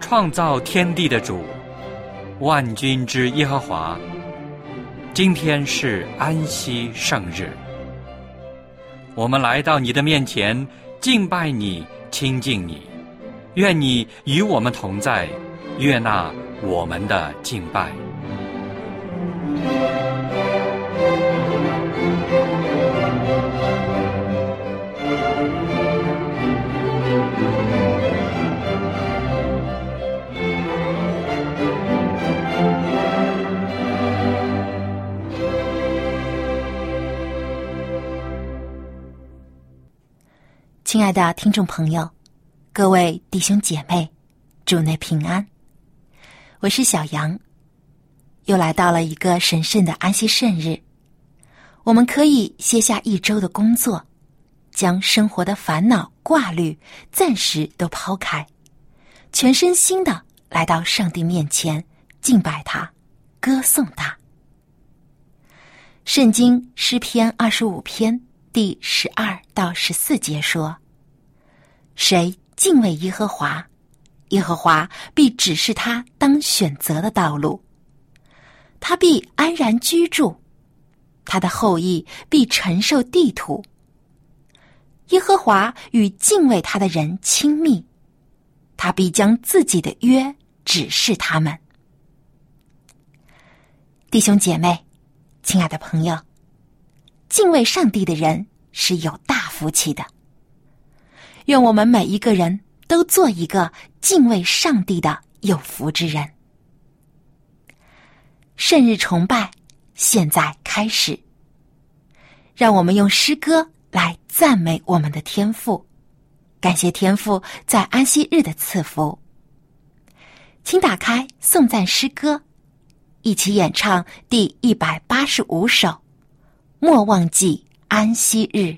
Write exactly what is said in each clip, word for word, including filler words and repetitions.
创造天地的主，万军之耶和华，今天是安息圣日。我们来到你的面前，敬拜你，亲近你，愿你与我们同在，悦纳我们的敬拜。 亲爱的听众朋友，各位弟兄姐妹，主内平安，我是小杨。又来到了一个神圣的安息圣日，我们可以歇下一周的工作，将生活的烦恼挂虑暂时都抛开，全身心的来到上帝面前敬拜他，歌颂他。圣经诗篇二十五篇第十二到十四节说，谁敬畏耶和华，耶和华必指示他当选择的道路，他必安然居住，他的后裔必承受地土。耶和华与敬畏他的人亲密，他必将自己的约指示他们。弟兄姐妹，亲爱的朋友，敬畏上帝的人是有大福气的。愿我们每一个人都做一个敬畏上帝的有福之人。圣日崇拜现在开始，让我们用诗歌来赞美我们的天父，感谢天父在安息日的赐福。请打开颂赞诗歌，一起演唱第一百八十五首，莫忘记安息日。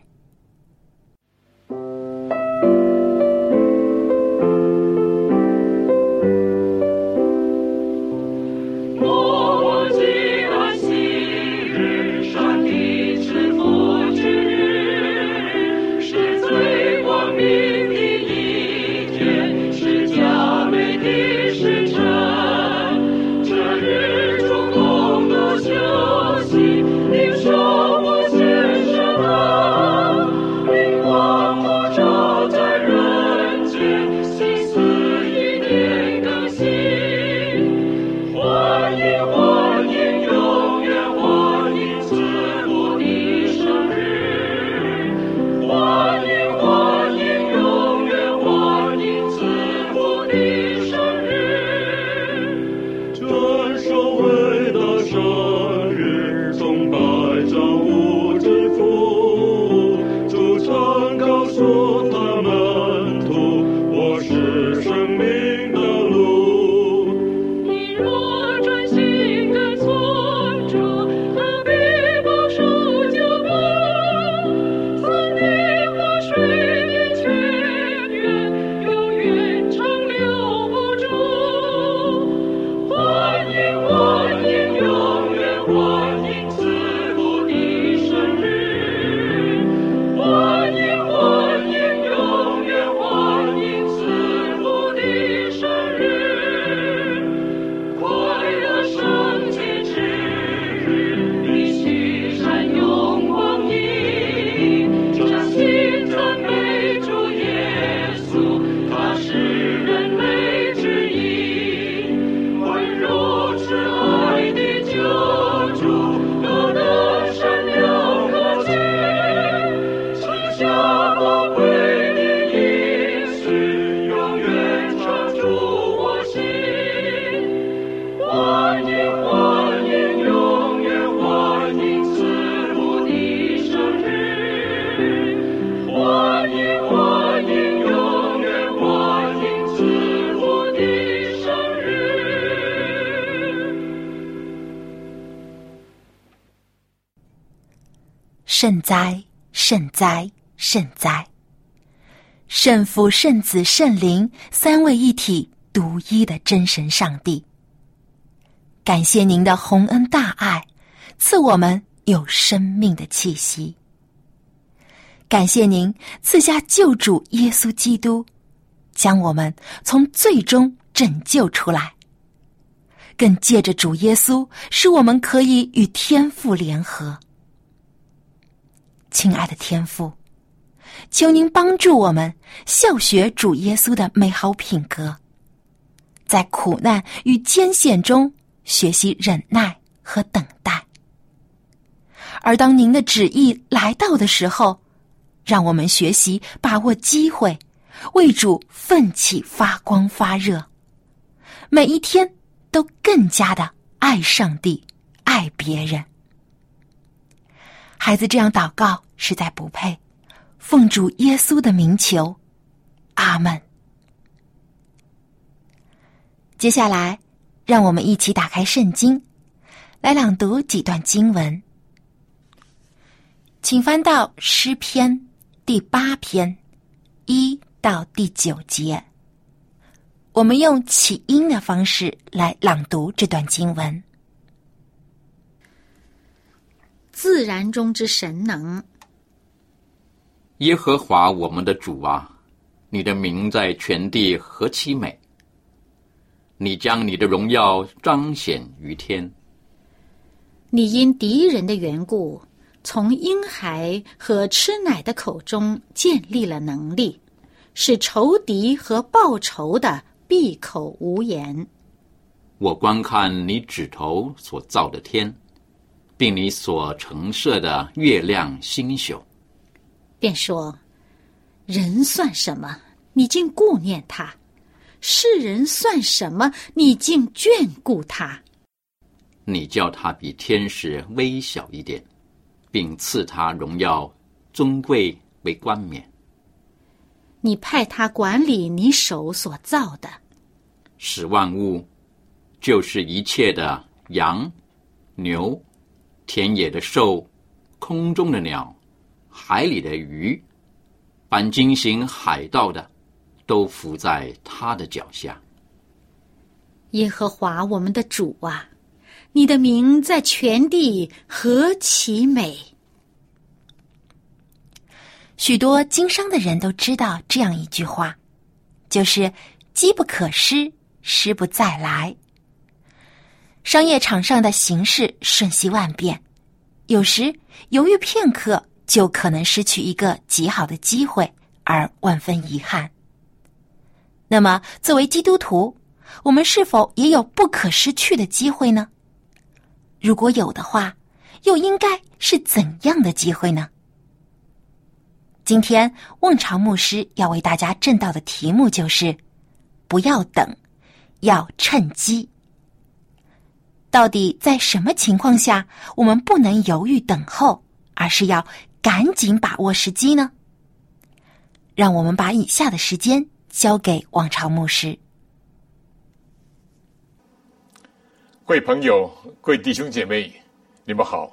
圣哉，圣哉，圣哉！圣父、圣子、圣灵三位一体独一的真神上帝，感谢您的宏恩大爱，赐我们有生命的气息。感谢您赐下救主耶稣基督，将我们从最终拯救出来，更借着主耶稣，使我们可以与天父联合。亲爱的天父，求您帮助我们效学主耶稣的美好品格，在苦难与艰险中学习忍耐和等待。而当您的旨意来到的时候，让我们学习把握机会，为主奋起发光发热，每一天都更加的爱上帝，爱别人。孩子这样祷告实在不配，奉主耶稣的名求，阿们。接下来让我们一起打开圣经，来朗读几段经文。请翻到诗篇第八篇一到第九节，我们用起音的方式来朗读这段经文。 自然中之神能， 耶和华我们的主啊，你的名在全地何其美！你将你的荣耀彰显于天。 你因敌人的缘故，从婴孩和吃奶的口中建立了能力，使仇敌和报仇的闭口无言。 我观看你指头所造的天，并你所陈设的月亮星宿， 便说：人算什么，你竟顾念他；世人算什么，你竟眷顾他。 你叫他比天使微小一点，并赐他荣耀尊贵为冠冕。 你派他管理你手所造的， 使万物，就是一切的羊、牛、田野的兽、空中的鸟、海里的鱼，凡经行海道的，都伏在他的脚下。 耶和华我们的主啊，你的名在全地何其美！ 许多经商的人都知道这样一句话，就是机不可失，失不再来。商业场上的形势瞬息万变，有时犹豫片刻就可能失去一个极好的机会，而万分遗憾。那么作为基督徒，我们是否也有不可失去的机会呢？如果有的话，又应该是怎样的机会呢？今天望潮牧师要为大家证道的题目就是不要等，要趁机。到底在什么情况下我们不能犹豫等候，而是要赶紧把握时机呢？让我们把以下的时间交给望潮牧师。 各位朋友，各位弟兄姐妹，你们好。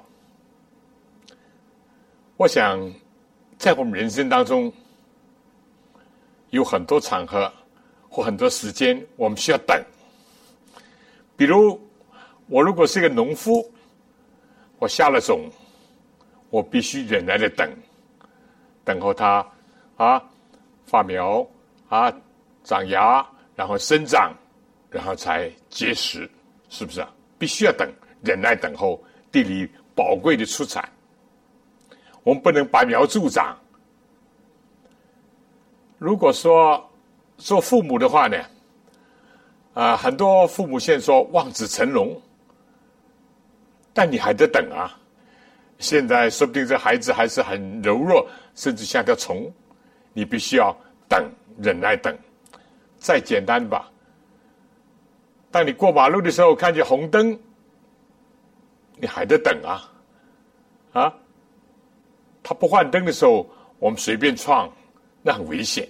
我想在我们人生当中有很多场合或很多时间我们需要等。比如我如果是一个农夫，我下了种，我必须忍耐的等，等候它啊发苗啊长芽，然后生长，然后才结实，是不是啊？必须要等，忍耐等候地里宝贵的出产。我们不能拔苗助长。如果说做父母的话呢，啊、呃，很多父母现在说望子成龙，但你还得等啊。现在说不定这孩子还是很柔弱，甚至像条虫，你必须要等，忍耐等。再简单吧，当你过马路的时候看见红灯，你还得等啊，啊，他不换灯的时候，我们随便闯，那很危险。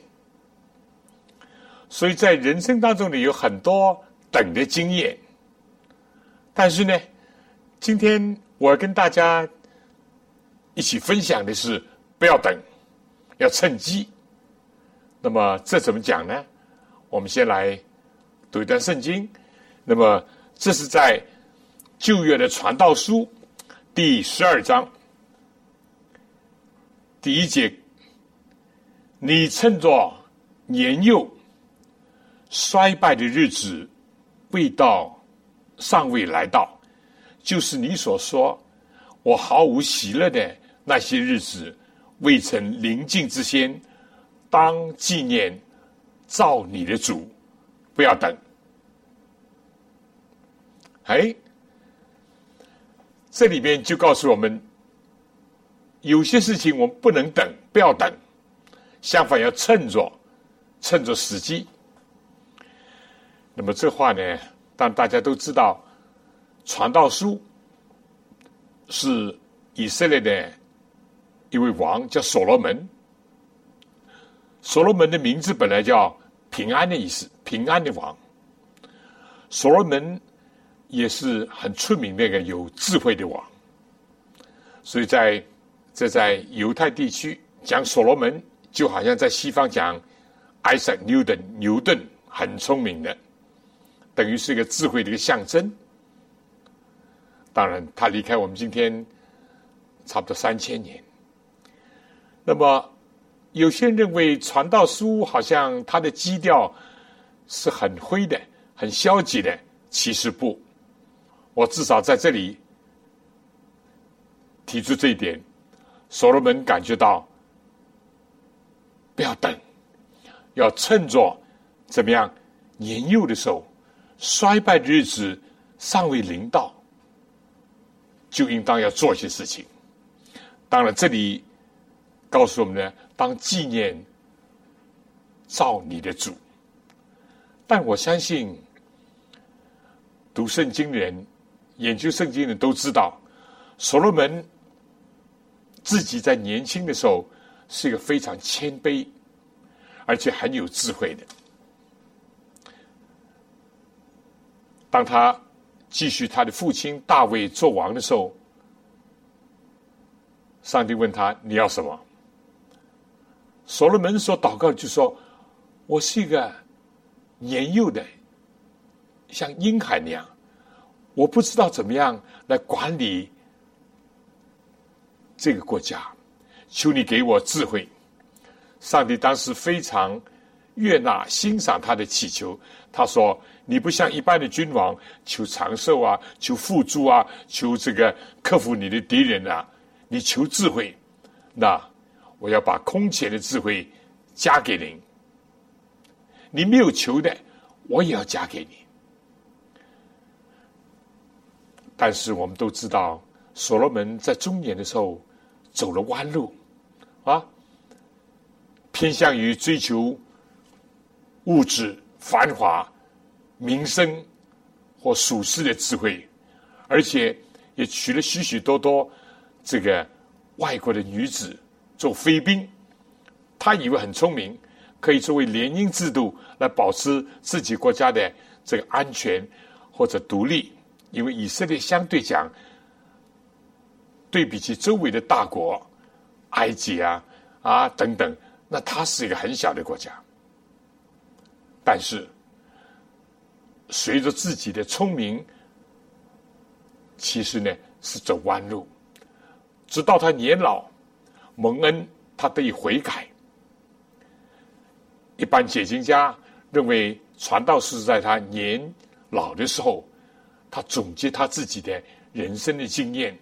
所以在人生当中呢，有很多等的经验。但是呢，今天我要跟大家一起分享的是，不要等，要趁机。那么这怎么讲呢？我们先来读一段圣经。那么这是在旧约的传道书第十二章第一节，你趁着年幼衰败的日子未到，尚未来到，就是你所说我毫无喜乐的那些日子未曾临近之先，当纪念造你的主，不要等。哎，这里边就告诉我们，有些事情我们不能等，不要等，相反要趁着趁着时机。那么这话呢，当大家都知道，传道书是以色列的一位王叫所罗门。所罗门的名字本来叫平安的意思，平安的王。所罗门也是很出名的一个有智慧的王，所以在这在犹太地区讲所罗门，就好像在西方讲 Isaac Newton 牛顿，很聪明的，等于是一个智慧的一个象征。当然他离开我们今天差不多三千年。那么有些人认为传道书好像它的基调是很灰的，很消极的，其实不，我至少在这里提出这一点。所罗门感觉到不要等，要趁着怎么样年幼的时候，衰败的日子尚未临到，就应当要做一些事情。当然这里告诉我们呢，当纪念造你的主。但我相信读圣经的人，研究圣经的人都知道，所罗门自己在年轻的时候是一个非常谦卑而且很有智慧的。当他继续他的父亲大卫做王的时候，上帝问他你要什么？所罗门所祷告就说，我是一个年幼的像婴孩那样，我不知道怎么样来管理这个国家，求你给我智慧。上帝当时非常悦纳欣赏他的祈求，他说你不像一般的君王求长寿啊，求富足啊，求这个克服你的敌人啊，你求智慧，那我要把空前的智慧加给您，你没有求的我也要加给你。但是我们都知道，所罗门在中年的时候走了弯路啊，偏向于追求物质繁华名声或属世的智慧，而且也娶了许许多多这个外国的女子做妃嫔。他以为很聪明，可以作为联姻制度来保持自己国家的这个安全或者独立。因为以色列相对讲，对比起周围的大国埃及啊啊等等，那它是一个很小的国家。但是随着自己的聪明，其实呢是走弯路，直到他年老蒙恩，他得以悔改。一般解经家认为，传道士在他年老的时候，他总结他自己的人生的经验，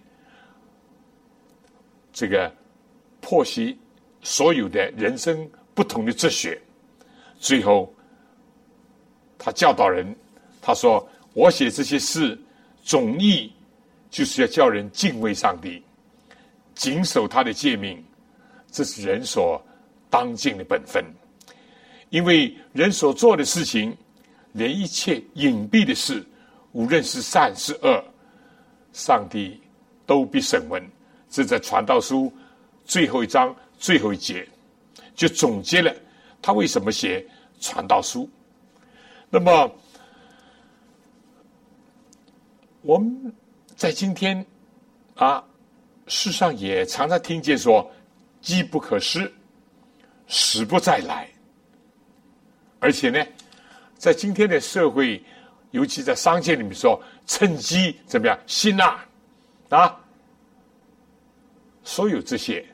这个剖析所有的人生不同的哲学，最后他教导人，他说我写这些事总意就是要叫人敬畏上帝，谨守他的诫命，这是人所当尽的本分。因为人所做的事情，连一切隐蔽的事，无论是善是恶，上帝都必审问。这在传道书最后一章最后一节就总结了他为什么写传道书。那么我们在今天啊，世上也常常听见说机不可失，时不再来。而且呢，在今天的社会，尤其在商界里面说，趁机怎么样辛辣啊，所有这些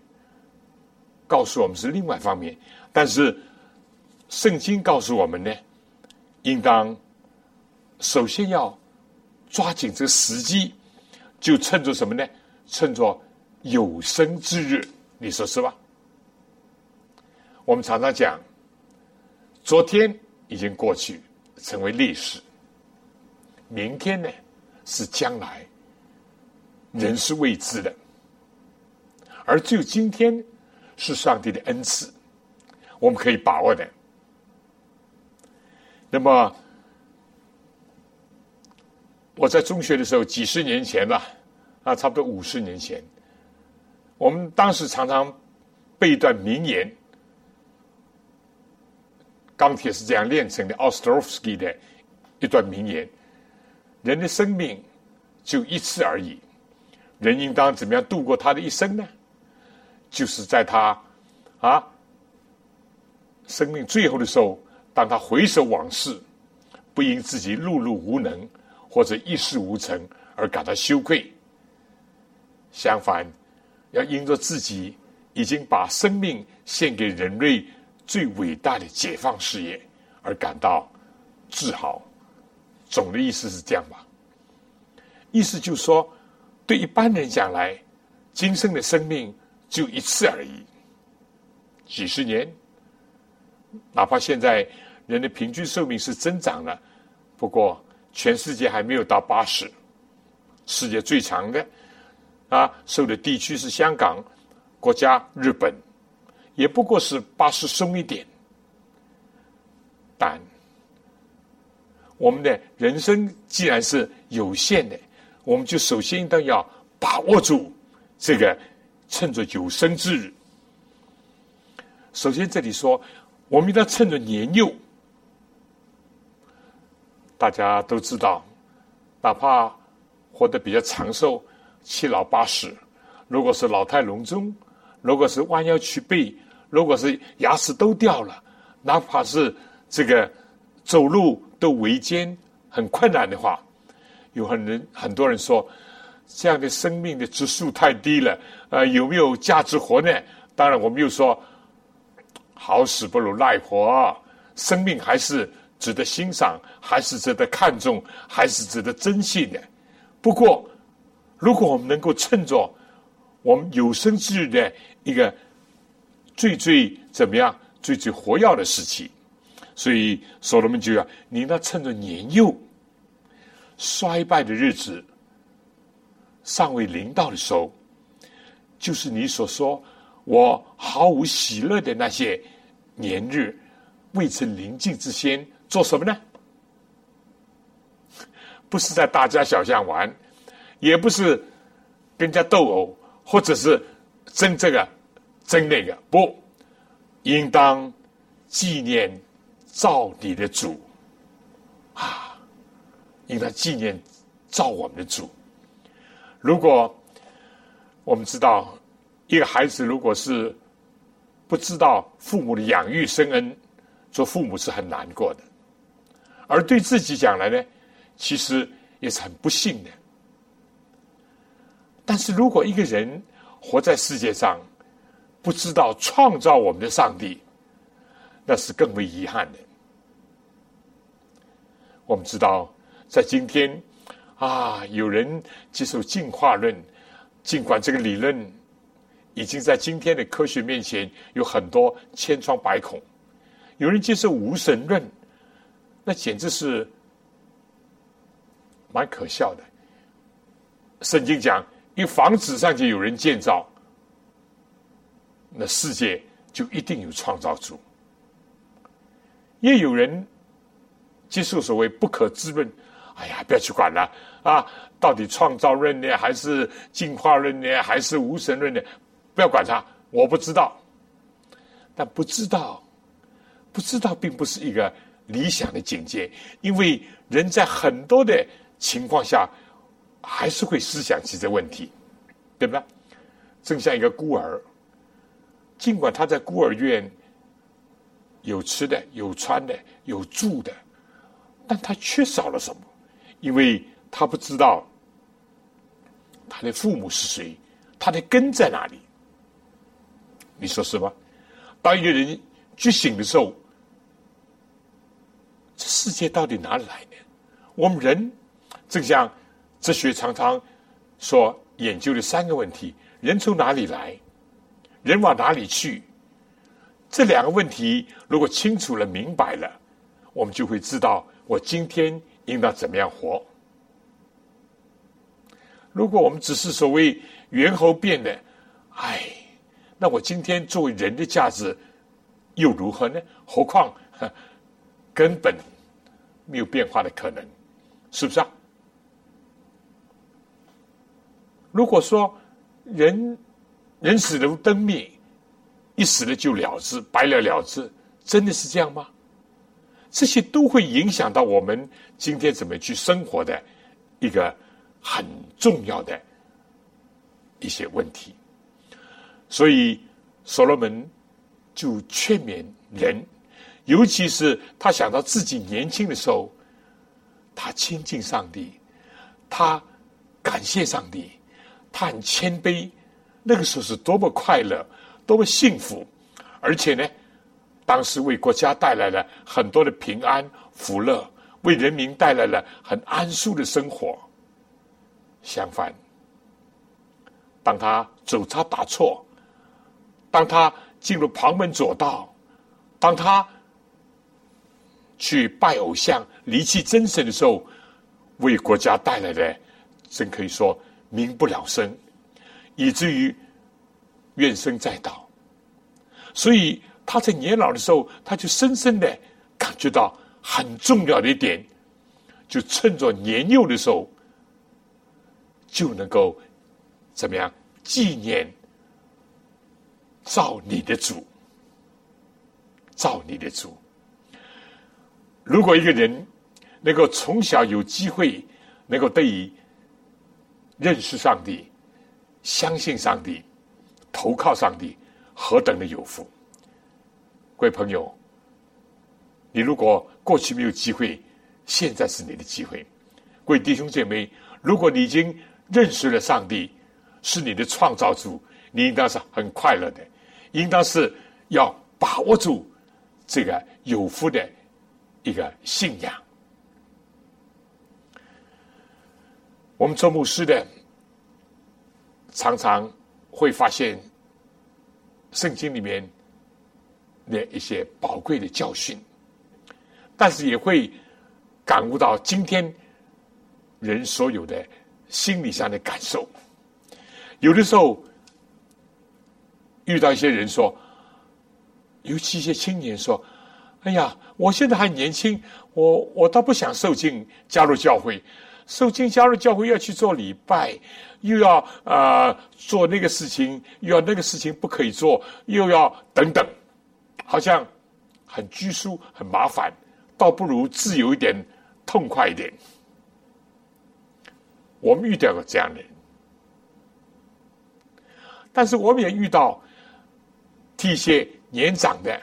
告诉我们是另外一方面。但是圣经告诉我们呢， 应当首先要抓紧这个时机，就趁着什么呢？趁着有生之日，你说是吧？我们常常讲，昨天已经过去，成为历史，明天呢是将来，人是未知的，而只有今天是上帝的恩赐，我们可以把握的。那么我在中学的时候，几十年前吧，啊，差不多五十年前，我们当时常常背一段名言，钢铁是这样炼成的 Ostrovsky 的一段名言：人的生命就一次而已，人应当怎么样度过他的一生呢？就是在他啊生命最后的时候，当他回首往事，不因自己碌碌无能或者一事无成而感到羞愧，相反，要因着自己已经把生命献给人类最伟大的解放事业而感到自豪。总的意思是这样吧？意思就是说，对一般人讲来，今生的生命就一次而已，几十年，哪怕现在人的平均寿命是增长了，不过全世界还没有到八十，世界最长的啊，受的地区是香港，国家日本，也不过是八十松一点。但我们的人生既然是有限的，我们就首先应当要把握住这个，趁着有生之日。首先这里说，我们应当趁着年幼。大家都知道，哪怕活得比较长寿，七老八十，如果是老态龙钟，如果是弯腰曲背，如果是牙齿都掉了，哪怕是这个走路都维艰很困难的话，有很人很多人说，这样的生命的指数太低了，呃，有没有价值活呢？当然，我们又说，好死不如赖活，生命还是值得欣赏，还是值得看重，还是值得珍惜的。不过，如果我们能够趁着我们有生之日的一个最最怎么样、最最活跃的时期，所以所罗门就要你那趁着年幼、衰败的日子尚未临到的时候，就是你所说我毫无喜乐的那些年日，未曾临近之先，做什么呢？不是在大街小巷玩，也不是跟人家斗殴，或者是争这个争那个，不，应当纪念造你的主啊！应当纪念造我们的主。如果我们知道一个孩子如果是不知道父母的养育生恩，做父母是很难过的，而对自己讲来呢，其实也是很不幸的。但是如果一个人活在世界上，不知道创造我们的上帝，那是更为遗憾的。我们知道，在今天啊，有人接受进化论，尽管这个理论已经在今天的科学面前有很多千疮百孔，有人接受无神论，那简直是蛮可笑的。圣经讲，因为房子上就有人建造，那世界就一定有创造主。也有人接受所谓不可知论，哎呀，不要去管了啊！到底创造论呢，还是进化论呢，还是无神论呢？不要管它，我不知道。但不知道，不知道并不是一个理想的境界，因为人在很多的情况下还是会思想起这问题，对吧？正像一个孤儿，尽管他在孤儿院有吃的、有穿的、有住的，但他缺少了什么？因为他不知道他的父母是谁，他的根在哪里。你说是吧？当一个人觉醒的时候，这世世界到底哪里来呢？我们人正像哲学常常所研究的三个问题：人从哪里来，人往哪里去。这两个问题如果清楚了明白了，我们就会知道我今天应当怎么样活。如果我们只是所谓猿猴变的，哎，那我今天作为人的价值又如何呢？何况根本没有变化的可能，是不是啊？如果说人人死如灯灭，一死了就了之，白了了之，真的是这样吗？这些都会影响到我们今天怎么去生活的一个很重要的一些问题。所以所罗门就劝勉人，尤其是他想到自己年轻的时候，他亲近上帝，他感谢上帝，他很谦卑，那个时候是多么快乐，多么幸福，而且呢，当时为国家带来了很多的平安福乐，为人民带来了很安舒的生活。相反，当他走差打错，当他进入旁门左道，当他去拜偶像离弃真神的时候，为国家带来的真可以说民不聊生，以至于怨声载道。所以他在年老的时候，他就深深的感觉到很重要的一点，就趁着年幼的时候就能够怎么样纪念造你的主，造你的主。如果一个人能够从小有机会能够得以认识上帝，相信上帝，投靠上帝，何等的有福。各位朋友，你如果过去没有机会，现在是你的机会。各位弟兄姐妹，如果你已经认识了上帝是你的创造主，你应当是很快乐的，应当是要把握住这个有福的一个信仰。我们做牧师的常常会发现圣经里面的一些宝贵的教训，但是也会感悟到今天人所有的心理上的感受。有的时候遇到一些人说，尤其一些青年说，哎呀，我现在还年轻，我我倒不想受浸加入教会，受浸加入教会要去做礼拜，又要呃做那个事情，又要那个事情不可以做，又要等等，好像很拘束很麻烦，倒不如自由一点，痛快一点。我们遇到过这样的人，但是我们也遇到替一些年长的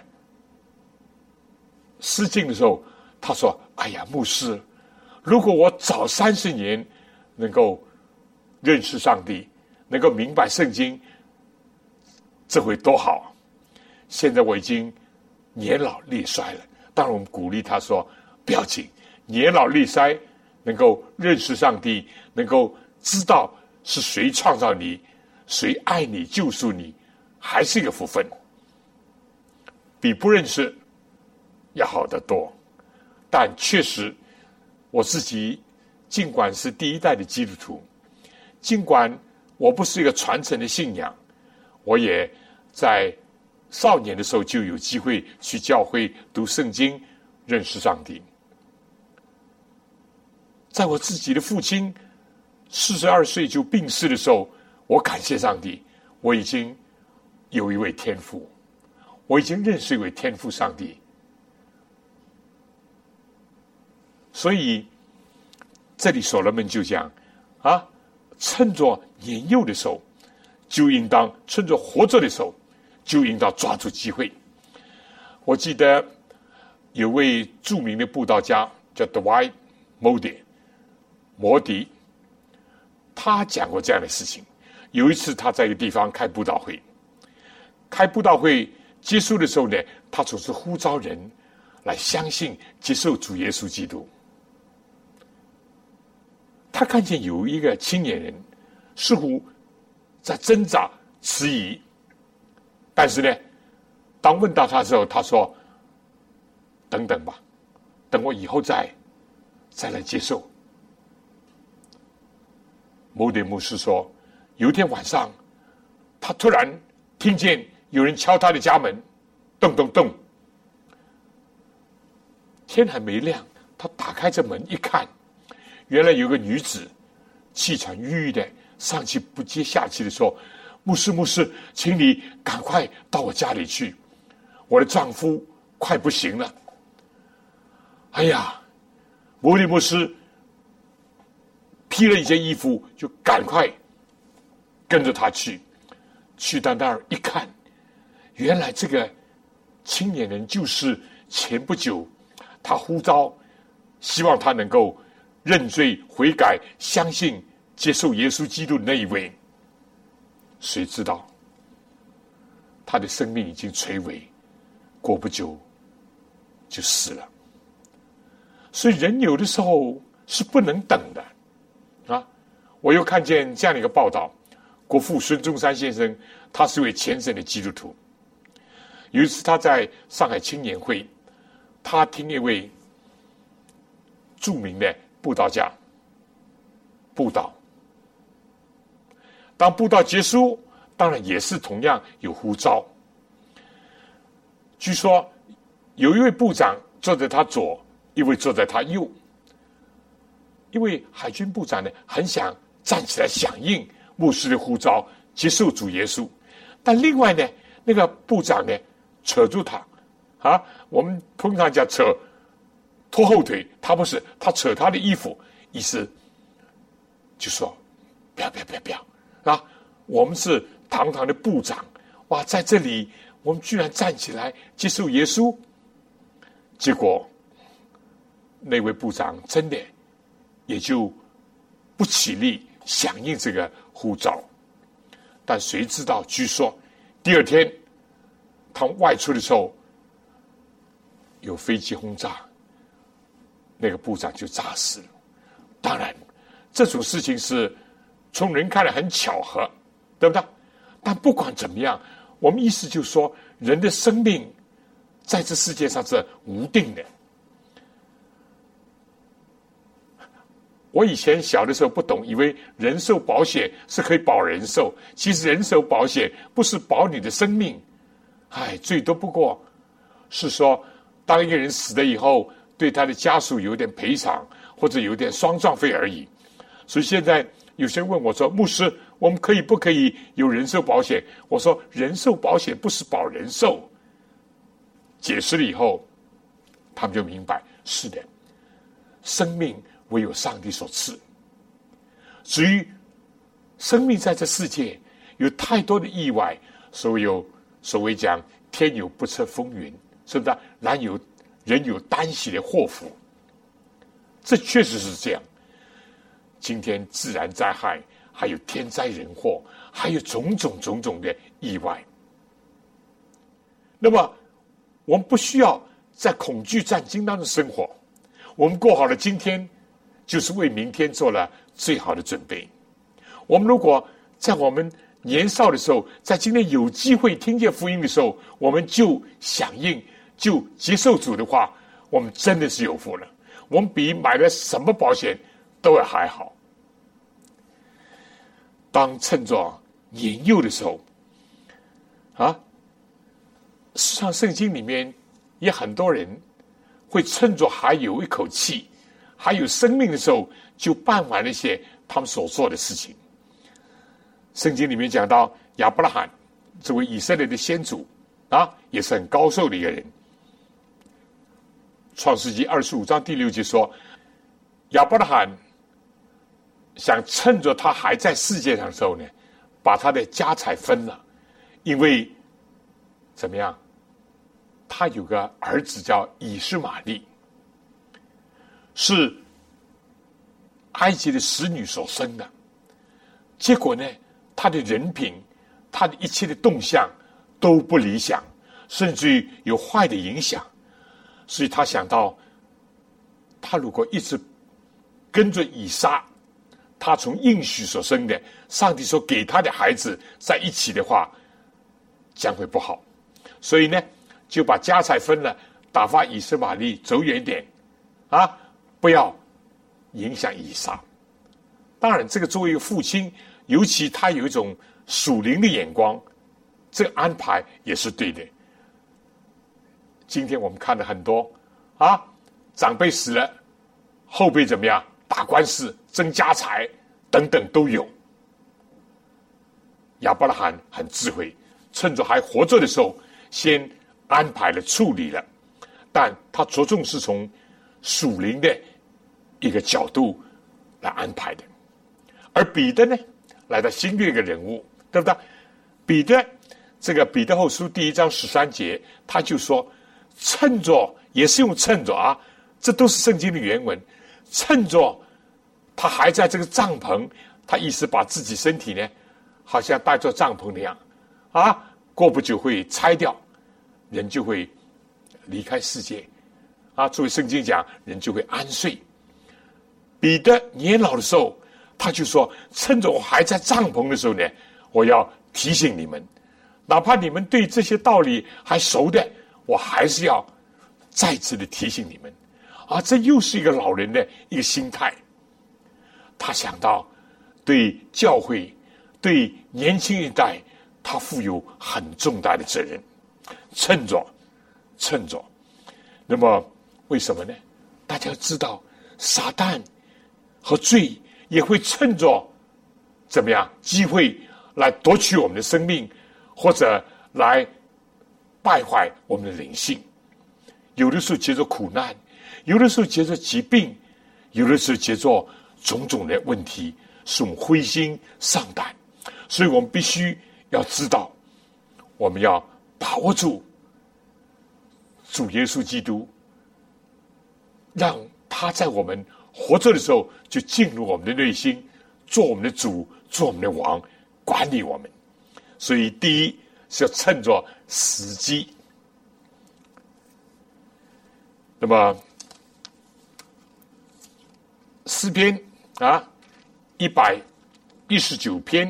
失敬的时候，他说，哎呀，牧师，如果我早三十年能够认识上帝，能够明白圣经，这会多好。现在我已经年老力衰了。当然我们鼓励他说，不要紧，年老力衰能够认识上帝，能够知道是谁创造你，谁爱你救赎你，还是一个福分，比不认识要好得多。但确实我自己尽管是第一代的基督徒，尽管我不是一个传承的信仰，我也在少年的时候就有机会去教会读圣经，认识上帝。在我自己的父亲四十二岁就病逝的时候，我感谢上帝，我已经有一位天父，我已经认识一位天父上帝。所以这里所罗门就讲啊，趁着年幼的时候，就应当趁着活着的时候，就应当抓住机会。我记得有位著名的布道家叫 Dwight Moody 摩迪，他讲过这样的事情。有一次他在一个地方开布道会，开布道会结束的时候呢，他总是呼召人来相信接受主耶稣基督。他看见有一个青年人似乎在挣扎迟疑，但是呢，当问到他的时候，他说：“等等吧，等我以后再再来接受。”某点牧师说，有一天晚上，他突然听见有人敲他的家门，咚咚咚。天还没亮，他打开这门一看，原来有个女子气喘吁吁的上气不接下气的说：“牧师，牧师，请你赶快到我家里去，我的丈夫快不行了。”哎呀，摩利牧师披了一件衣服，就赶快跟着他去。去到那儿一看，原来这个青年人就是前不久他呼召希望他能够认罪悔改，相信接受耶稣基督的那一位。谁知道他的生命已经垂危，过不久就死了。所以人有的时候是不能等的啊！我又看见这样的一个报道，国父孙中山先生，他是位虔诚的基督徒。有一次他在上海青年会，他听一位著名的布道家布道。当布道结束，当然也是同样有呼召。据说有一位部长坐在他左，一位坐在他右。因为海军部长呢，很想站起来响应牧师的呼召，接受主耶稣。但另外呢，那个部长呢，扯住他啊，我们通常讲扯拖后腿，他不是，他扯他的衣服，意思就说不要不要不要不要啊！我们是堂堂的部长，哇，在这里我们居然站起来接受耶稣。结果那位部长真的也就不起立响应这个呼召。但谁知道，据说第二天他外出的时候有飞机轰炸，那个部长就炸死了。当然这种事情是从人看来很巧合，对不对？但不管怎么样，我们意思就是说，人的生命在这世界上是无定的。我以前小的时候不懂，以为人寿保险是可以保人寿，其实人寿保险不是保你的生命，哎，最多不过是说，当一个人死了以后，对他的家属有点赔偿，或者有点丧葬费而已。所以现在有些人问我说：“牧师，我们可以不可以有人寿保险？”我说：“人寿保险不是保人寿。”解释了以后，他们就明白，是的，生命唯有上帝所赐。至于生命在这世界有太多的意外，所谓有所谓讲天有不测风云，是不是？然有人有单喜的祸福，这确实是这样。今天自然灾害，还有天灾人祸，还有种种种种的意外。那么我们不需要在恐惧战惊当中生活，我们过好了今天，就是为明天做了最好的准备。我们如果在我们年少的时候，在今天有机会听见福音的时候，我们就响应，就接受主的话，我们真的是有福了。我们比买了什么保险都要还好。当趁着年幼的时候啊，事实上圣经里面也很多人会趁着还有一口气还有生命的时候，就办完了一些他们所做的事情。圣经里面讲到亚伯拉罕这位以色列的先祖啊，也是很高寿的一个人。创世纪二十五章第六节说，亚伯拉罕想趁着他还在世界上的时候呢，把他的家财分了，因为怎么样，他有个儿子叫以实玛利，是埃及的使女所生的。结果呢，他的人品，他的一切的动向都不理想，甚至于有坏的影响。 所以他想到，他如果一直跟着以撒，他从应许所生的，上帝所给他的孩子在一起的话，将会不好。所以呢，就把家财分了，打发以实玛利走远一点，啊，不要影响以撒。当然，这个作为一个父亲，尤其他有一种属灵的眼光，这个安排也是对的。今天我们看了很多啊，长辈死了，后辈怎么样打官司、争家财等等都有。亚伯拉罕很智慧，趁着还活着的时候，先安排了处理了，但他着重是从属灵的一个角度来安排的。而彼得呢，来到新的一个人物，对不对？彼得这个彼得后书第一章十三节，他就说，趁着，也是用趁着啊，这都是圣经的原文。趁着他还在这个帐篷，他意思把自己身体呢，好像带着帐篷那样啊，过不久会拆掉，人就会离开世界啊。作为圣经讲，人就会安睡。彼得年老的时候，他就说，趁着我还在帐篷的时候呢，我要提醒你们，哪怕你们对这些道理还熟的，我还是要再次的提醒你们啊。这又是一个老人的一个心态，他想到对教会、对年轻一代，他负有很重大的责任。趁着趁着那么为什么呢？大家要知道，撒旦和罪也会趁着怎么样机会来夺取我们的生命，或者来败坏我们的灵性。有的时候借着苦难，有的时候借着疾病，有的时候借着种种的问题，使我们灰心丧胆。所以我们必须要知道，我们要把握住主耶稣基督，让他在我们活着的时候就进入我们的内心，做我们的主，做我们的王，管理我们。所以第一是要趁着时机。那么诗篇啊，一百一十九篇，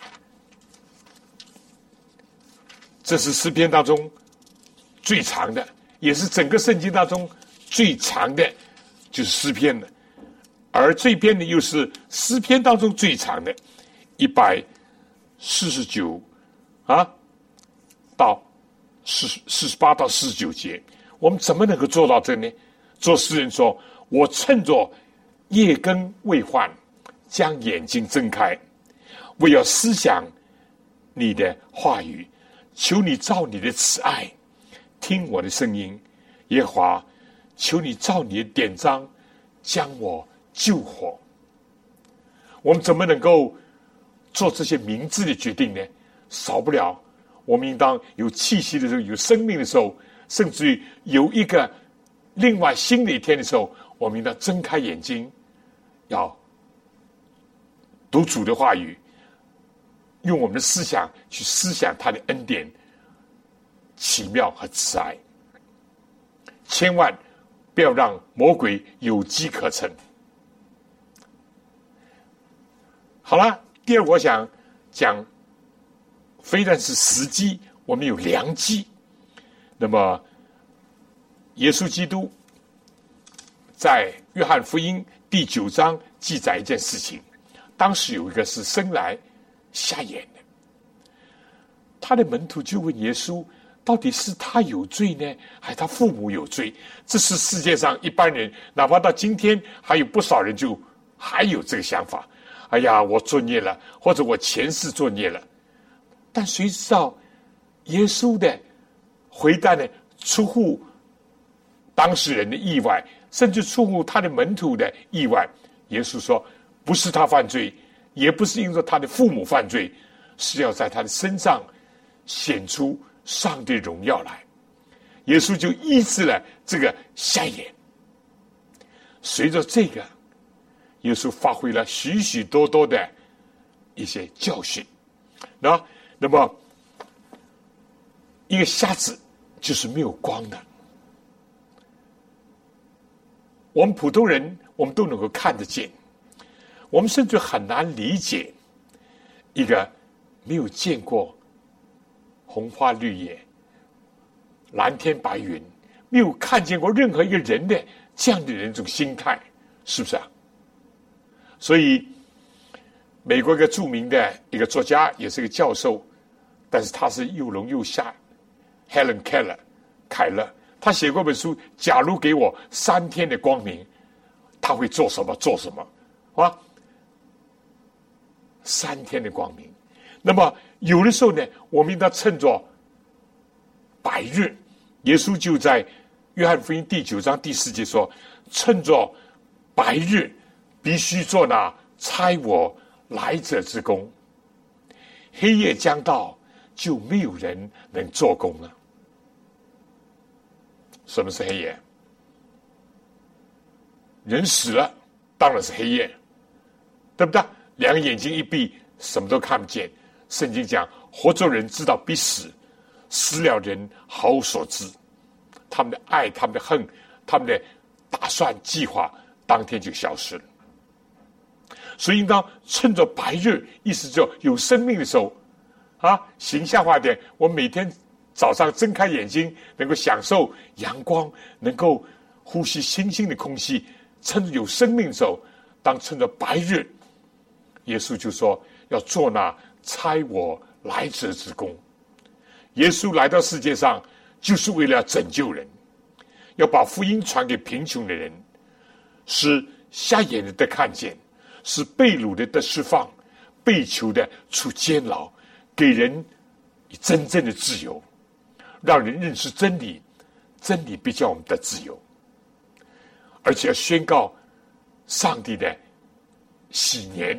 这是诗篇当中最长的，也是整个圣经当中最长的，就是诗篇了。而这篇呢，又是诗篇当中最长的，一百四十九啊，到四四十八到四十九节。我们怎么能够做到这呢？做诗人说：“我趁着夜更未换，将眼睛睁开，我要思想你的话语，求你照你的慈爱听我的声音，耶和华，求你照你的典章将我救活。”我们怎么能够做这些明智的决定呢？少不了我们应当有气息的时候，有生命的时候，甚至于有一个另外新的一天的时候，我们应当睁开眼睛，要读主的话语，用我们的思想去思想他的恩典、奇妙和慈爱。千万不要让魔鬼有机可乘。好了，第二我想讲，非但是时机，我们有良机。那么耶稣基督在约翰福音第九章记载一件事情，当时有一个是生来瞎眼的，他的门徒就问耶稣，到底是他有罪呢，还是他父母有罪？这是世界上一般人，哪怕到今天还有不少人就还有这个想法，哎呀，我作孽了，或者我前世作孽了。但谁知道耶稣的回答呢，出乎当事人的意外，甚至出乎他的门徒的意外。耶稣说，不是他犯罪，也不是因为他的父母犯罪，是要在他的身上显出上帝荣耀来。耶稣就医治了这个瞎眼。随着这个，耶稣发挥了许许多多的一些教训。那那么一个瞎子就是没有光的， 我们普通人我们都能够看得见，我们甚至很难理解一个没有见过红花绿叶、蓝天白云，没有看见过任何一个人的这样的人这种心态，是不是啊？所以美国一个著名的一个作家，也是一个教授，但是他是又聋又瞎 Helen Keller 凯勒，他写过本书，假如给我三天的光明，他会做什么做什么啊？三天的光明。那么有的时候呢，我们应当趁着白日，耶稣就在约翰福音第九章第四节说，趁着白日必须做那差我来者之工，黑夜将到，就没有人能做工了。什么是黑夜？人死了，当然是黑夜，对不对？两个眼睛一闭，什么都看不见。圣经讲，活着人知道必死，死了人毫无所知。他们的爱，他们的恨，他们的打算计划，当天就消失了。所以应当趁着白日，意思就有生命的时候啊，形象化点，我们每天早上睁开眼睛，能够享受阳光，能够呼吸新鲜的空气，趁着有生命的时候，当趁着白日，耶稣就说要做那差我来者之工。耶稣来到世界上就是为了拯救人，要把福音传给贫穷的人，使瞎眼的得看见，使被掳的得释放，被囚的出监牢，给人真正的自由，让人认识真理，真理必叫我们得自由，而且要宣告上帝的喜年。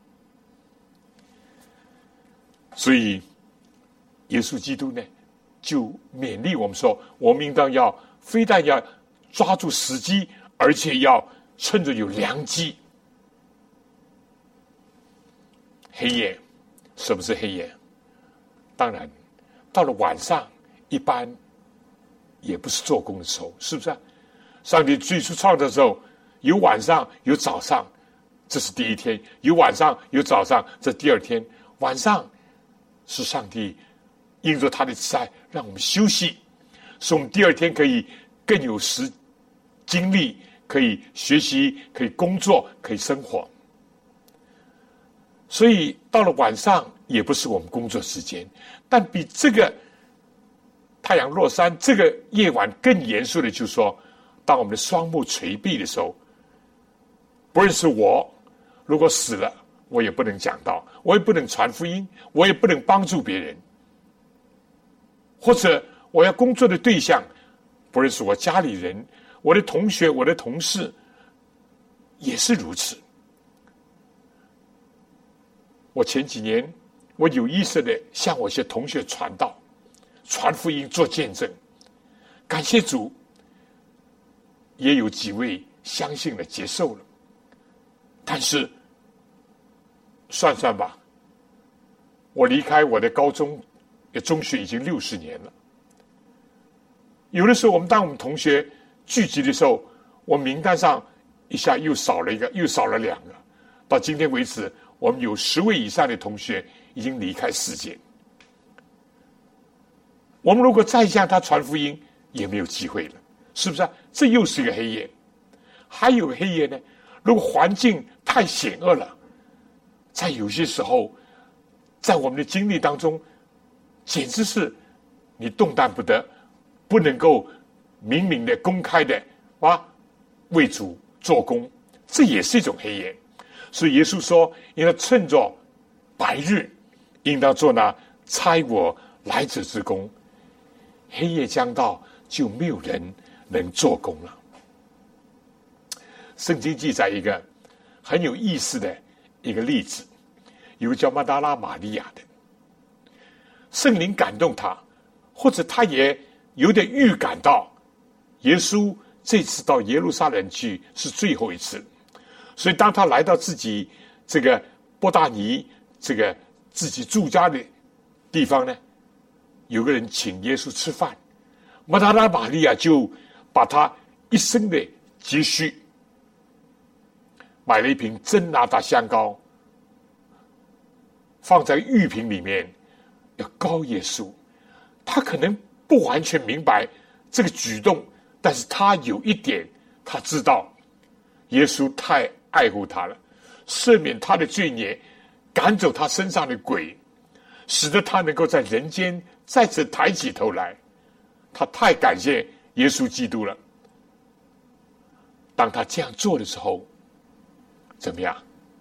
所以耶稣基督呢，就勉励我们说，我们应当要非但要抓住时机，而且要趁着有良机。黑夜，什么是黑夜？当然到了晚上，一般也不是做工的时候，是不是啊？上帝最初创造的时候，有晚上有早上，这是第一天；有晚上有早上，这第二天。晚上是上帝因着他的慈爱让我们休息，使我们第二天可以更有时精力，可以学习，可以工作，可以生活。所以到了晚上也不是我们工作时间，但比这个太阳落山这个夜晚更严肃的就是说，当我们的双目垂闭的时候，不论是我如果死了，我也不能讲道，我也不能传福音，我也不能帮助别人，或者我要工作的对象，不论是我家里人，我的同学，我的同事，也是如此。我前几年我有意识的向我一些同学传道，传福音，做见证，感谢主，也有几位相信了，接受了。但是算算吧，我离开我的高中中学已经六十年了。有的时候我们当我们同学聚集的时候，我名单上一下又少了一个，又少了两个，到今天为止我们有十位以上的同学已经离开世界。我们如果再向他传福音，也没有机会了，是不是啊？这又是一个黑夜。还有黑夜呢，如果环境太险恶了，在有些时候，在我们的经历当中，简直是你动弹不得，不能够明明的公开的啊为主做工，这也是一种黑夜。所以耶稣说，应当趁着白日，应当做那差我来者之工，黑夜将到，就没有人能做工了。圣经记载一个很有意思的一个例子，有个叫马达拉玛利亚的，圣灵感动他，或者他也有点预感到耶稣这次到耶路撒冷去是最后一次，所以当他来到自己这个伯大尼这个自己住家的地方呢，有个人请耶稣吃饭，马达拉玛利亚就把他一生的积蓄买了一瓶真哪吒香膏，放在玉瓶里面，要膏耶稣。他可能不完全明白这个举动，但是他有一点，他知道耶稣太爱护他了，赦免他的罪孽，赶走他身上的鬼，使得他能够在人间再次抬起头来。他太感谢耶稣基督了。当他这样做的时候，怎么样？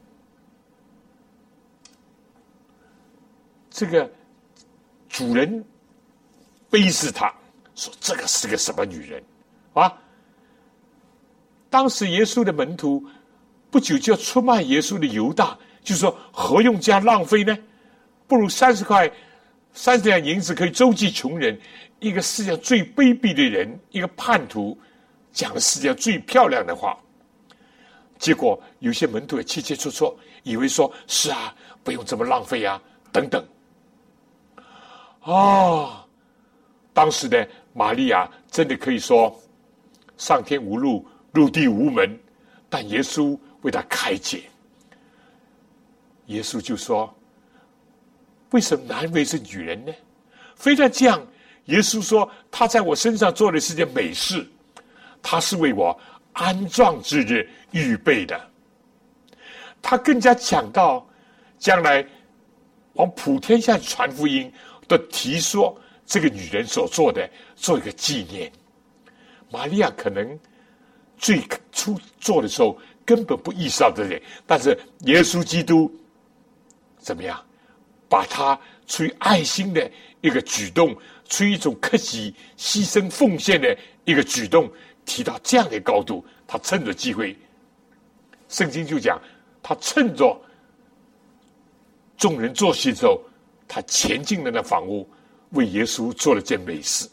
这个主人鄙视他，说这个是个什么女人啊？当时耶稣的门徒不久就要出卖耶稣的犹大，就说何用这样浪费呢？不如三十块三十两银子可以周济穷人。一个世界上最卑鄙的人，一个叛徒，讲了世界上最漂亮的话。结果有些门徒也切切磋磋，以为说是啊，不用这么浪费啊，等等。啊，当时的玛利亚真的可以说上天无路，入地无门，但耶稣为他开解。耶稣就说：为什么难为是女人呢？非但这样，耶稣说他在我身上做的是件美事，他是为我安葬之日预备的。他更加讲到将来往普天下传福音的提说这个女人所做的，做一个纪念。玛利亚可能最初做的时候根本不意识到这点，但是耶稣基督怎么样把他出于爱心的一个举动，出于一种克己牺牲奉献的一个举动提到这样的高度。他趁着机会，圣经就讲他趁着众人坐席的时候，他前进了那房屋，为耶稣做了件美事。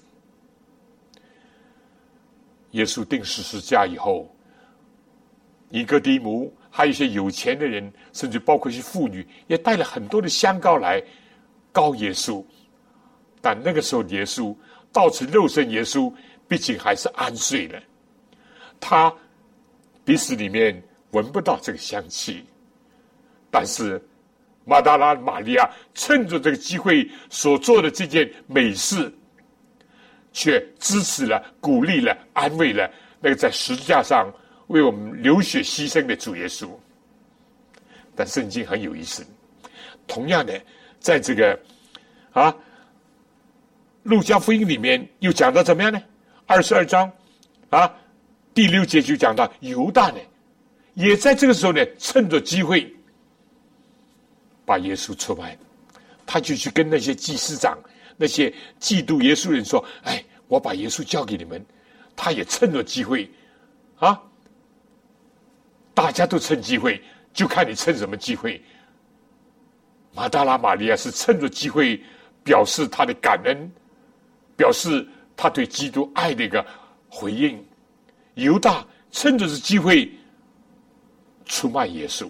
耶稣钉十字架以后，尼哥底母还有一些有钱的人，甚至包括一些妇女，也带了很多的香膏来膏耶稣。但那个时候耶稣到此肉身耶稣毕竟还是安睡了，他鼻子里面闻不到这个香气。但是马达拉玛利亚趁着这个机会所做的这件美事，却支持了、鼓励了、安慰了那个在十字架上为我们流血牺牲的主耶稣。但圣经很有意思，同样的，在这个啊路加福音里面又讲到怎么样呢？二十二章啊第六节就讲到犹大呢，也在这个时候呢，趁着机会把耶稣出卖，他就去跟那些祭司长、那些嫉妒耶稣人说：“哎，我把耶稣交给你们。”他也趁着机会啊，大家都趁机会，就看你趁什么机会。马达拉玛利亚是趁着机会表示他的感恩，表示他对基督爱的一个回应。犹大趁着这机会出卖耶稣。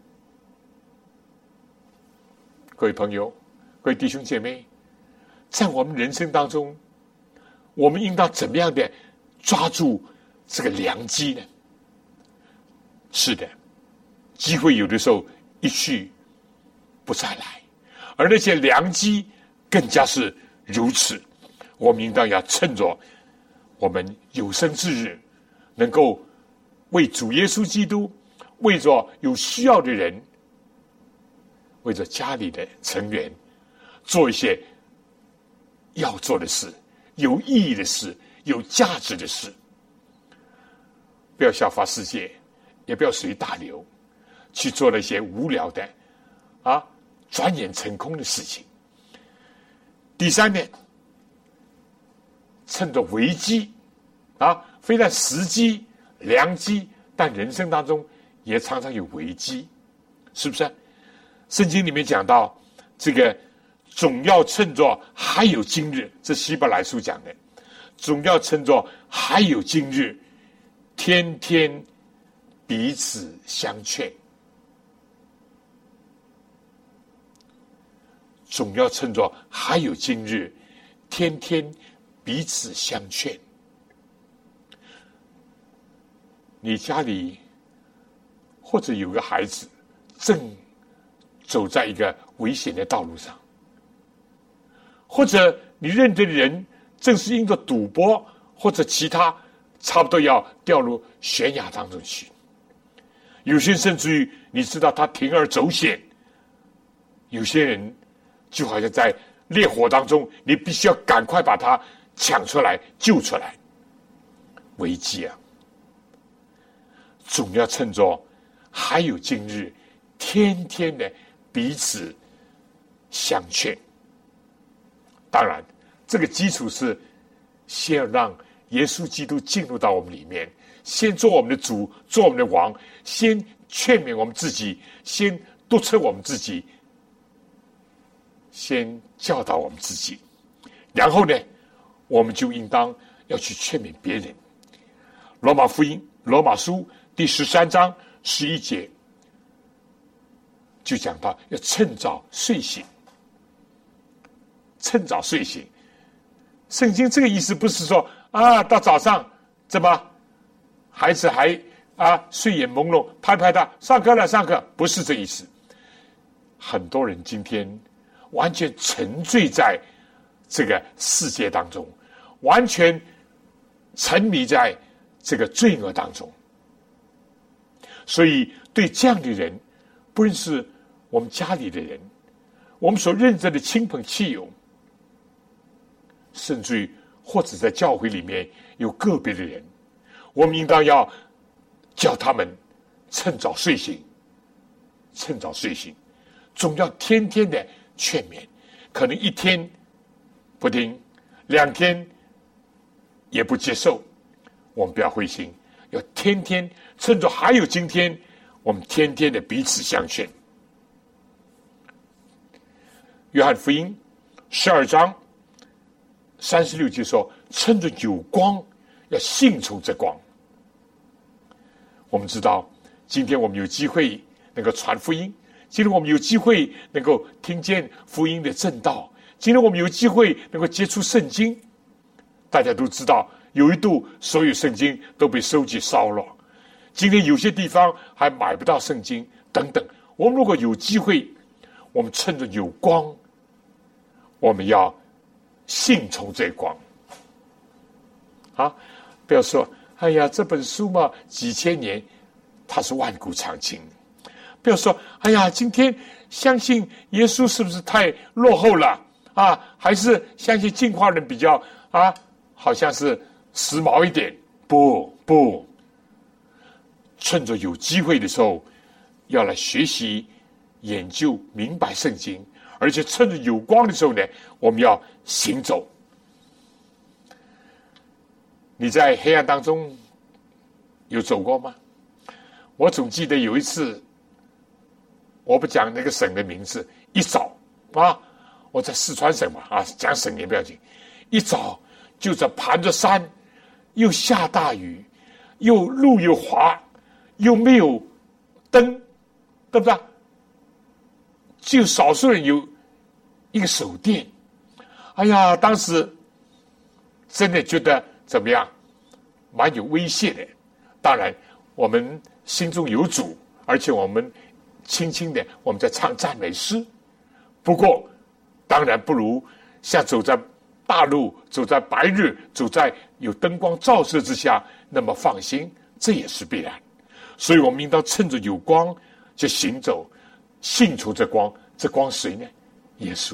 各位朋友，各位弟兄姐妹，在我们人生当中，我们应当怎么样的抓住这个良机呢？是的，机会有的时候一去不再来，而那些良机更加是如此。我们应当要趁着我们有生之日，能够为主耶稣基督，为着有需要的人，为着家里的成员，做一些要做的事，有意义的事，有价值的事。不要效法世界，也不要随大流，去做那些无聊的啊转眼成空的事情。第三呢，趁着危机啊，非但时机良机，但人生当中也常常有危机，是不是？圣经里面讲到这个总要趁着还有今日，这希伯来书讲的，总要趁着还有今日，天天彼此相劝。总要趁着还有今日，天天彼此相劝。你家里或者有个孩子正走在一个危险的道路上，或者你认得的人正是因着赌博或者其他差不多要掉入悬崖当中去。有些甚至于你知道他铤而走险，有些人就好像在烈火当中，你必须要赶快把他抢出来救出来。危机啊，总要趁着还有今日，天天的彼此相劝。当然这个基础是先要让耶稣基督进入到我们里面，先做我们的主，做我们的王，先劝勉我们自己，先督促我们自己，先教导我们自己，然后呢我们就应当要去劝勉别人。罗马福音罗马书第十三章十一节就讲到要趁早睡醒。趁早睡醒，圣经这个意思不是说啊，到早上怎么孩子还啊睡眼朦胧，拍拍他上课了上课，不是这意思。很多人今天完全沉醉在这个世界当中，完全沉迷在这个罪恶当中，所以对这样的人，不论是我们家里的人，我们所认识的亲朋戚友，甚至于或者在教会里面有个别的人，我们应当要叫他们趁早睡醒，趁早睡醒，总要天天的劝勉。可能一天不听，两天也不接受，我们不要灰心，要天天趁着还有今天，我们天天的彼此相劝。约翰福音十二章三十六节说，趁着有光，要信从这光。我们知道今天我们有机会能够传福音，今天我们有机会能够听见福音的正道，今天我们有机会能够接触圣经。大家都知道有一度所有圣经都被收集烧了，今天有些地方还买不到圣经等等。我们如果有机会，我们趁着有光，我们要信从这光啊！不要说哎呀，这本书嘛，几千年它是万古长青。不要说哎呀，今天相信耶稣是不是太落后了啊？还是相信进化论比较啊，好像是时髦一点？不不，趁着有机会的时候，要来学习、研究、明白圣经。而且趁着有光的时候呢，我们要行走。你在黑暗当中有走过吗？我总记得有一次，我不讲那个省的名字，一早啊，我在四川省嘛啊，讲省也不要紧，一早就在盘着山，又下大雨，又路又滑，又没有灯，对不对？只有少数人有一个手电。哎呀，当时真的觉得怎么样，蛮有威胁的。当然我们心中有主，而且我们轻轻的我们在唱赞美诗，不过当然不如像走在大路，走在白日，走在有灯光照射之下那么放心，这也是必然。所以我们应当趁着有光就行走，信从这光。这光谁呢？耶稣。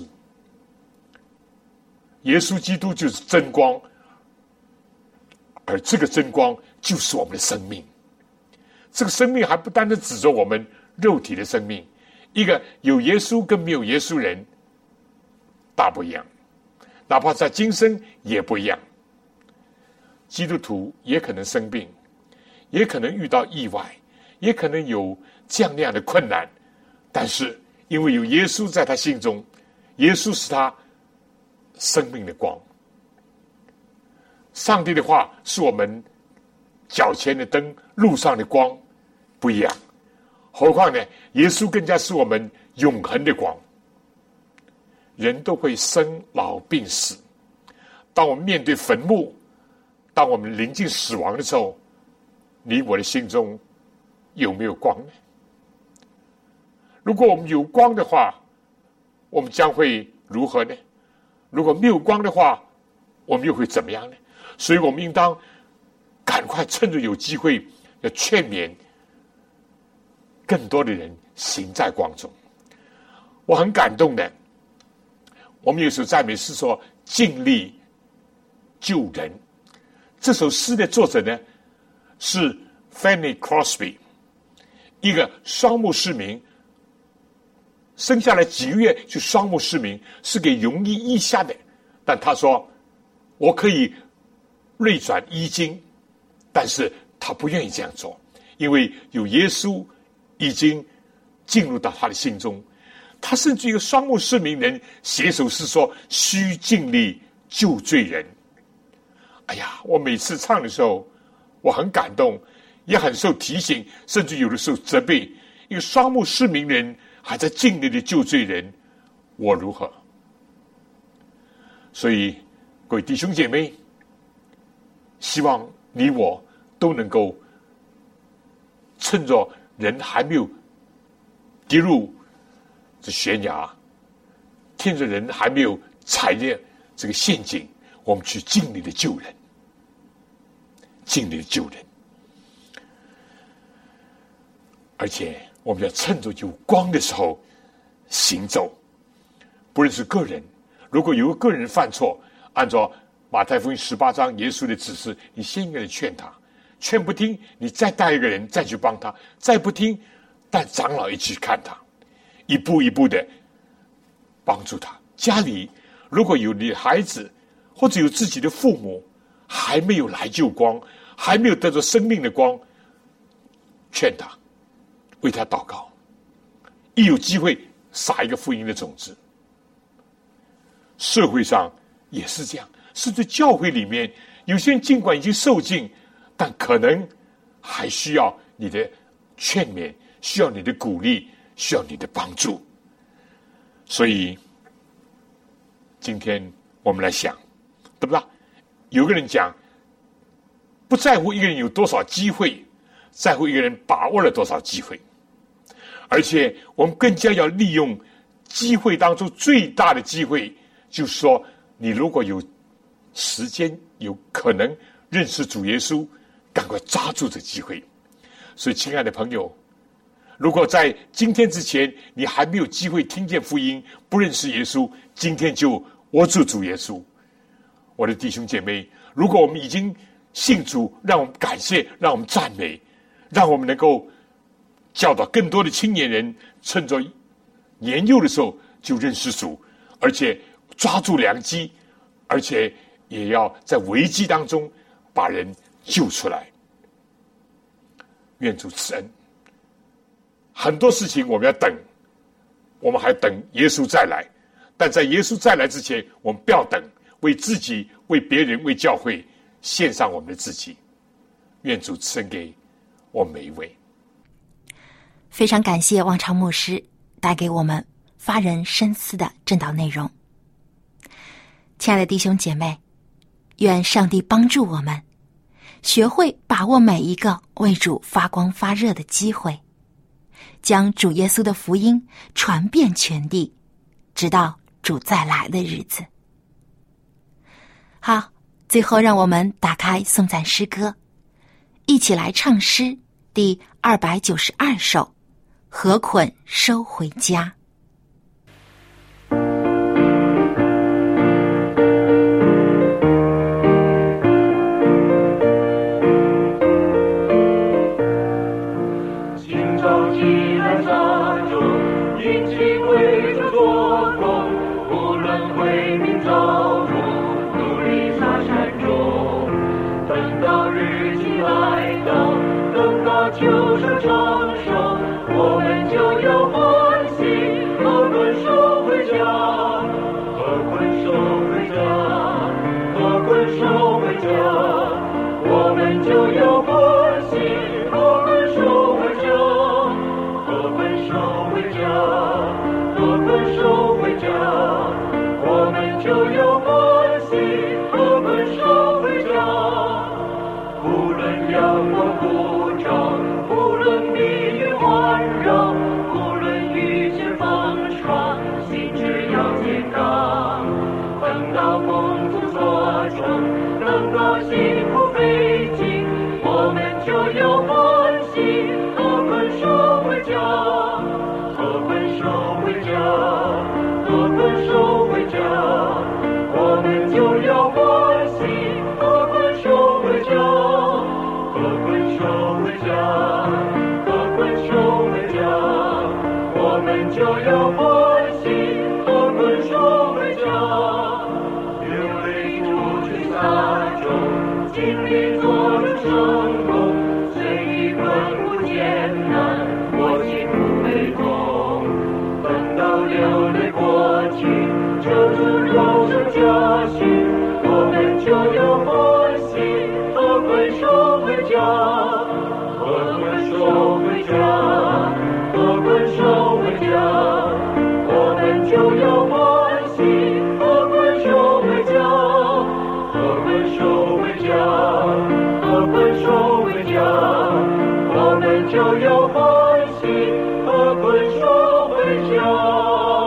耶稣基督就是真光，而这个真光就是我们的生命。这个生命还不单单指着我们肉体的生命，一个有耶稣跟没有耶稣人大不一样，哪怕在今生也不一样。基督徒也可能生病，也可能遇到意外，也可能有这样那样的困难，但是因为有耶稣在他心中，耶稣是他生命的光。上帝的话是我们脚前的灯，路上的光，不一样。何况呢，耶稣更加是我们永恒的光。人都会生老病死，当我们面对坟墓，当我们临近死亡的时候，你我的心中有没有光呢？ 如果我们有光的话，我们将会如何呢？如果没有光的话，我们又会怎么样呢？所以我们应当赶快趁着有机会，要劝勉更多的人行在光中。我很感动的，我们有首赞美诗说尽力救人。这首诗的作者呢是 Fanny Crosby， 一个双目失明，生下来几个月就双目失明，是给容易医下的。但他说我可以锐转医经，但是他不愿意这样做，因为有耶稣已经进入到他的心中。他甚至一个双目失明人写首诗说须尽力救罪人。哎呀，我每次唱的时候我很感动，也很受提醒，甚至有的时候责备。一个双目失明人还在尽力的救罪人，我如何？所以各位弟兄姐妹，希望你我都能够趁着人还没有跌入这悬崖，趁着人还没有踩进这个陷阱，我们去尽力的救人，尽力的救人。而且我们要趁着有光的时候行走，不论是个人，如果有个个人犯错，按照马太福音十八章耶稣的指示，你先一个人劝他，劝不听，你再带一个人再去帮他，再不听，带长老一起去看他，一步一步的帮助他。家里如果有你的孩子或者有自己的父母还没有来救光，还没有得到生命的光，劝他，为他祷告，一有机会撒一个福音的种子。社会上也是这样，甚至教会里面有些人尽管已经受尽，但可能还需要你的劝勉，需要你的鼓励，需要你的帮助。所以今天我们来想，对不对？有个人讲，不在乎一个人有多少机会，在乎一个人把握了多少机会。而且我们更加要利用机会当中最大的机会，就是说你如果有时间有可能认识主耶稣，赶快抓住这机会。所以亲爱的朋友，如果在今天之前你还没有机会听见福音，不认识耶稣，今天就握住主耶稣。我的弟兄姐妹，如果我们已经信主，让我们感谢，让我们赞美，让我们能够教导更多的青年人趁着年幼的时候就认识主，而且抓住良机，而且也要在危机当中把人救出来。愿主赐恩。很多事情我们要等，我们还等耶稣再来，但在耶稣再来之前，我们不要等，为自己、为别人、为教会献上我们的自己。愿主赐恩给我们每一位。 非常感谢王长牧师带给我们发人深思的正道内容。亲爱的弟兄姐妹，愿上帝帮助我们学会把握每一个为主发光发热的机会，将主耶稣的福音传遍全地，直到主再来的日子。好，最后让我们打开颂赞诗歌，一起来唱诗第二百九十二首，何捆收回家。 就是成熟，我们就有欢喜，何捆收回家，何捆收回家，何捆收回家，我们就有欢喜，何捆收回家，何捆收回家，何捆收回家，我们就有欢喜，何捆收回家，无论阳光不照，无论命运环绕，无论雨喜，和捆守回家，和捆守回家，和捆守回家，我们就要欢喜，和捆守回家，和捆守回家，和捆守回家，我们就要欢喜，和捆守回家。流泪出去撒种，经历做着成功，虽已困苦艰难，我心不悲痛。等到流泪过去，救主荣升嘉许，我们就要欢喜，和捆守回家，和捆守回家，和捆守回家，我们就要欢喜，和捆守回家，和捆守回家，和捆守回家，我们就要欢喜，和捆守回家。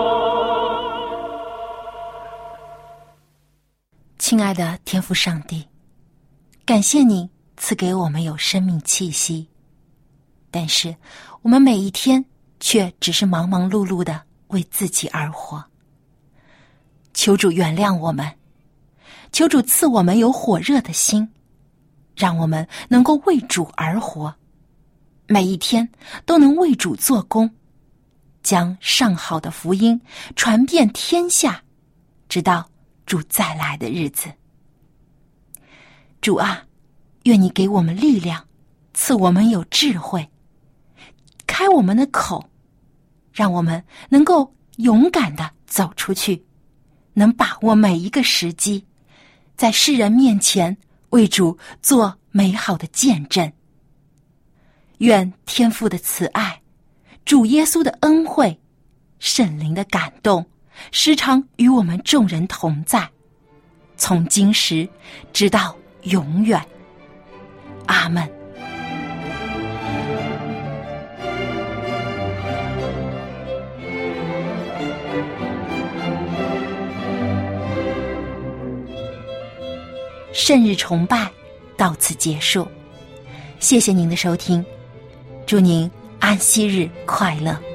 亲爱的天父上帝，感谢你赐给我们有生命气息，但是我们每一天却只是忙忙碌碌的为自己而活。求主原谅我们，求主赐我们有火热的心，让我们能够为主而活，每一天都能为主做工，将上好的福音传遍天下，直到主再来的日子。主啊，愿你给我们力量，赐我们有智慧，开我们的口，让我们能够勇敢地走出去，能把握每一个时机，在世人面前为主做美好的见证。愿天父的慈爱，主耶稣的恩惠，圣灵的感动，时常与我们众人同在，从今时直到永远。阿们。圣日崇拜到此结束，谢谢您的收听，祝您安息日快乐。